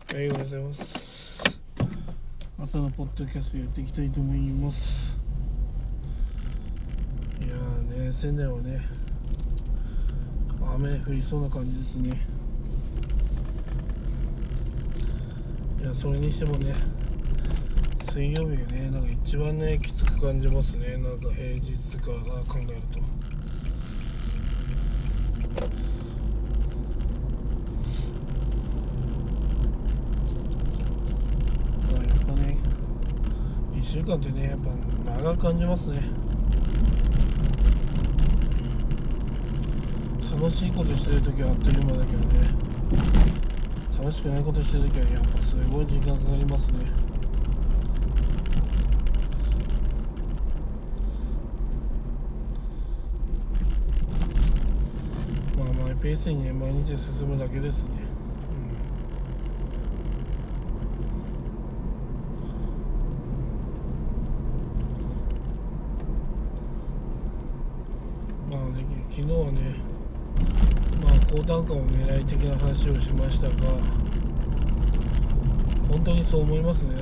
はい、おはようございます。朝のポッドキャストやっていきたいと思います。いやーね、仙台はね、雨降りそうな感じですね。いや、それにしてもね、水曜日がね、なんか一番ね、きつく感じますね。なんか平日から考えると。やっぱね、1週間ってね、やっぱ長く感じますね。楽しいことしてるときはあっという間だけどね、楽しくないことしてるときはやっぱすごい時間かかりますね。マイペースにね、毎日進むだけですね。昨日はね、高単価を狙い的な話をしましたが、本当にそう思いますね。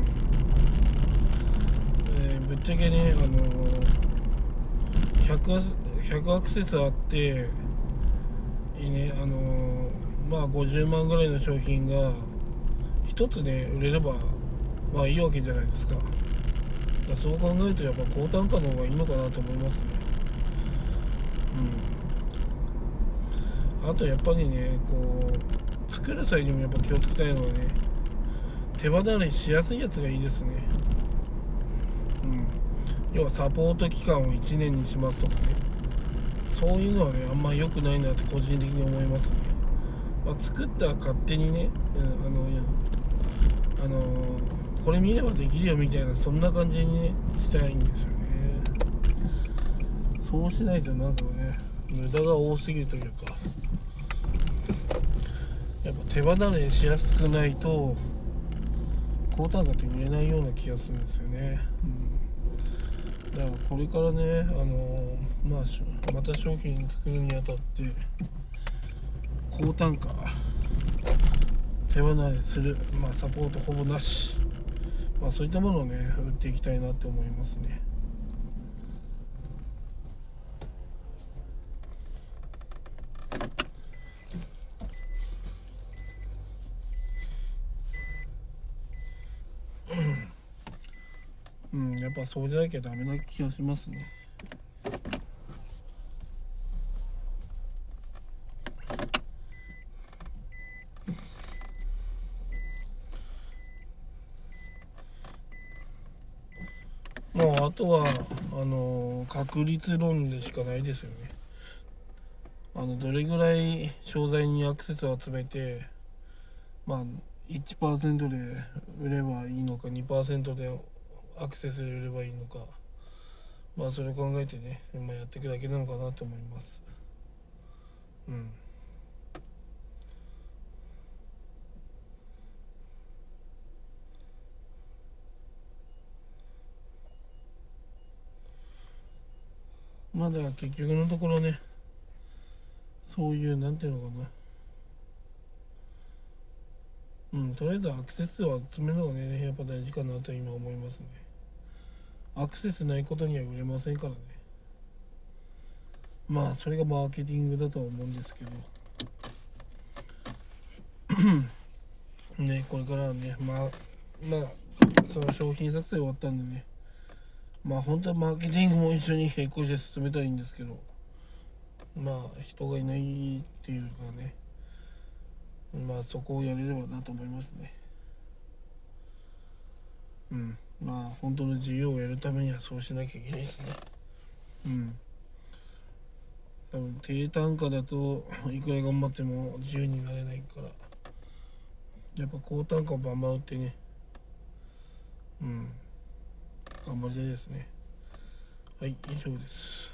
ぶっちゃけね、100アクセスあっていいね、50万ぐらいの商品が一つね売れればいいわけじゃないですか。そう考えるとやっぱ高単価の方がいいのかなと思いますね。あとやっぱりね、作る際にもやっぱ気をつけたいのはね、手離れしやすいやつがいいですね。要はサポート期間を1年にしますとかね、そういうのはねあんま良くないなって個人的に思いますね。作ったら勝手にね、これ見ればできるよみたいな、そんな感じにねしたいんですよね。そうしないとなんかね、無駄が多すぎるというか、やっぱ手離れしやすくないと高単価って売れないような気がするんですよね。だからこれからね、また商品作るにあたって高単価、手離れする、サポートほぼなし、そういったものをね売っていきたいなって思いますね。やっぱそうじゃなきゃダメな気がしますね。あとは確率論でしかないですよね。どれぐらい商材にアクセスを集めて、1% で売ればいいのか 2% でアクセスで売ればいいのか、それを考えてね、やっていくだけなのかなと思います。だから結局のところね、そういうなんていうのかな、とりあえずアクセスを集めるのがねやっぱ大事かなと今思いますね。アクセスないことには売れませんからね。それがマーケティングだとは思うんですけどね、これからはね、その商品作成終わったんでね、本当はマーケティングも一緒に並行して進めたらいいんですけど、人がいないっていうかね、そこをやれればなと思いますね。本当の自由をやるためにはそうしなきゃいけないですね。多分低単価だといくら頑張っても自由になれないから、やっぱ高単価をバンバン売ってね、頑張りたいですね。はい、以上です。